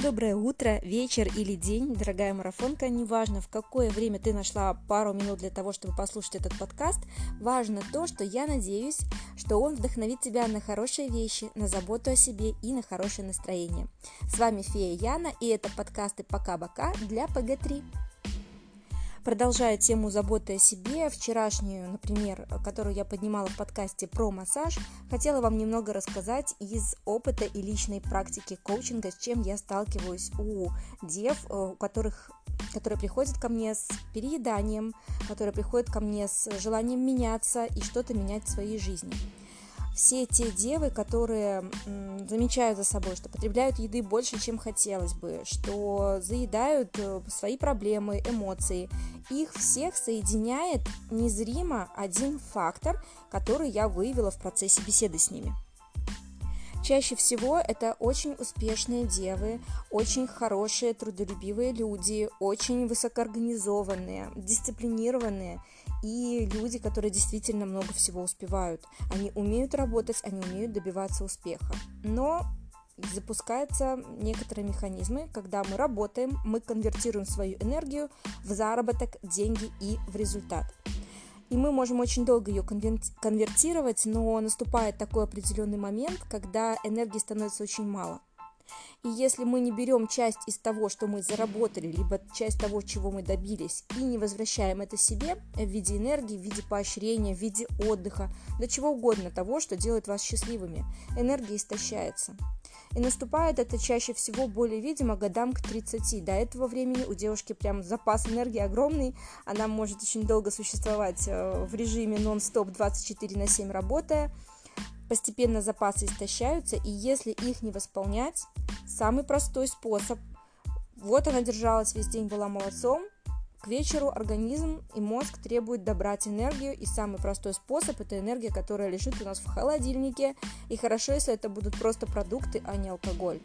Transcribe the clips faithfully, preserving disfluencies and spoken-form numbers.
Доброе утро, вечер или день, дорогая марафонка. Неважно, в какое время ты нашла пару минут для того, чтобы послушать этот подкаст. Важно то, что я надеюсь, что он вдохновит тебя на хорошие вещи, на заботу о себе и на хорошее настроение. С вами фея Яна, и это подкасты «Пока-бока» для пэ гэ три. Продолжая тему заботы о себе, вчерашнюю, например, которую я поднимала в подкасте про массаж, хотела вам немного рассказать из опыта и личной практики коучинга, с чем я сталкиваюсь у дев, у которых, которые приходят ко мне с перееданием, которые приходят ко мне с желанием меняться и что-то менять в своей жизни. Все те девы, которые м, замечают за собой, что потребляют еды больше, чем хотелось бы, что заедают свои проблемы, эмоции, их всех соединяет незримо один фактор, который я выявила в процессе беседы с ними. Чаще всего это очень успешные девы, очень хорошие, трудолюбивые люди, очень высокоорганизованные, дисциплинированные и люди, которые действительно много всего успевают. Они умеют работать, они умеют добиваться успеха. Но запускаются некоторые механизмы, когда мы работаем, мы конвертируем свою энергию в заработок, деньги и в результат. И мы можем очень долго ее конвертировать, но наступает такой определенный момент, когда энергии становится очень мало. И если мы не берем часть из того, что мы заработали, либо часть того, чего мы добились, и не возвращаем это себе в виде энергии, в виде поощрения, в виде отдыха, до чего угодно того, что делает вас счастливыми, энергия истощается. И наступает это чаще всего более видимо годам к тридцати. До этого времени у девушки прям запас энергии огромный, она может очень долго существовать в режиме нон-стоп двадцать четыре на семь работая. Постепенно запасы истощаются, и если их не восполнять, самый простой способ, вот она держалась весь день, была молодцом, к вечеру организм и мозг требуют добрать энергию, и самый простой способ – это энергия, которая лежит у нас в холодильнике, и хорошо, если это будут просто продукты, а не алкоголь.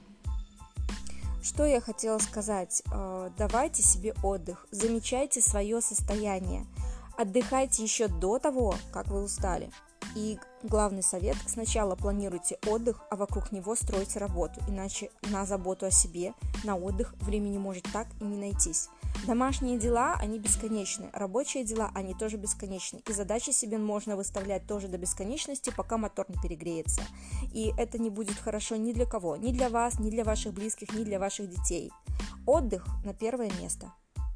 Что я хотела сказать? Давайте себе отдых, замечайте свое состояние, отдыхайте еще до того, как вы устали. И главный совет – сначала планируйте отдых, а вокруг него стройте работу, иначе на заботу о себе, на отдых времени может так и не найтись. Домашние дела, они бесконечны, рабочие дела, они тоже бесконечны, и задачи себе можно выставлять тоже до бесконечности, пока мотор не перегреется. И это не будет хорошо ни для кого, ни для вас, ни для ваших близких, ни для ваших детей. Отдых на первое место.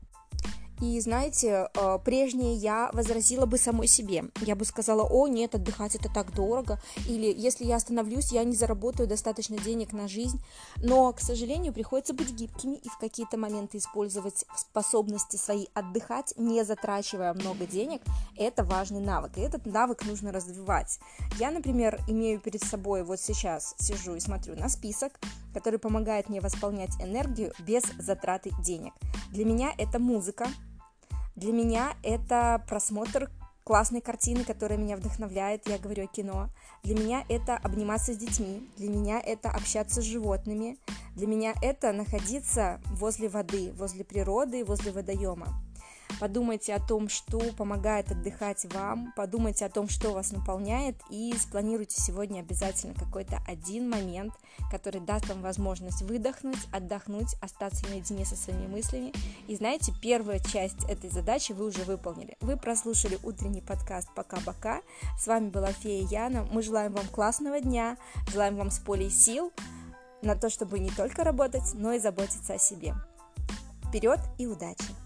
И знаете, прежнее я возразила бы самой себе. Я бы сказала: о, нет, отдыхать это так дорого. Или если я остановлюсь, я не заработаю достаточно денег на жизнь. Но, к сожалению, приходится быть гибкими и в какие-то моменты использовать способности свои отдыхать, не затрачивая много денег. Это важный навык, и этот навык нужно развивать. Я, например, имею перед собой, вот сейчас сижу и смотрю на список, который помогает мне восполнять энергию без затраты денег. Для меня это музыка. Для меня это просмотр классной картины, которая меня вдохновляет, я говорю о кино. Для меня это обниматься с детьми, для меня это общаться с животными, для меня это находиться возле воды, возле природы, возле водоема. Подумайте о том, что помогает отдыхать вам, подумайте о том, что вас наполняет, и спланируйте сегодня обязательно какой-то один момент, который даст вам возможность выдохнуть, отдохнуть, остаться наедине со своими мыслями. И знаете, первая часть этой задачи вы уже выполнили. Вы прослушали утренний подкаст «Пока-бока». С вами была фея Яна. Мы желаем вам классного дня, желаем вам с полей сил на то, чтобы не только работать, но и заботиться о себе. Вперед и удачи!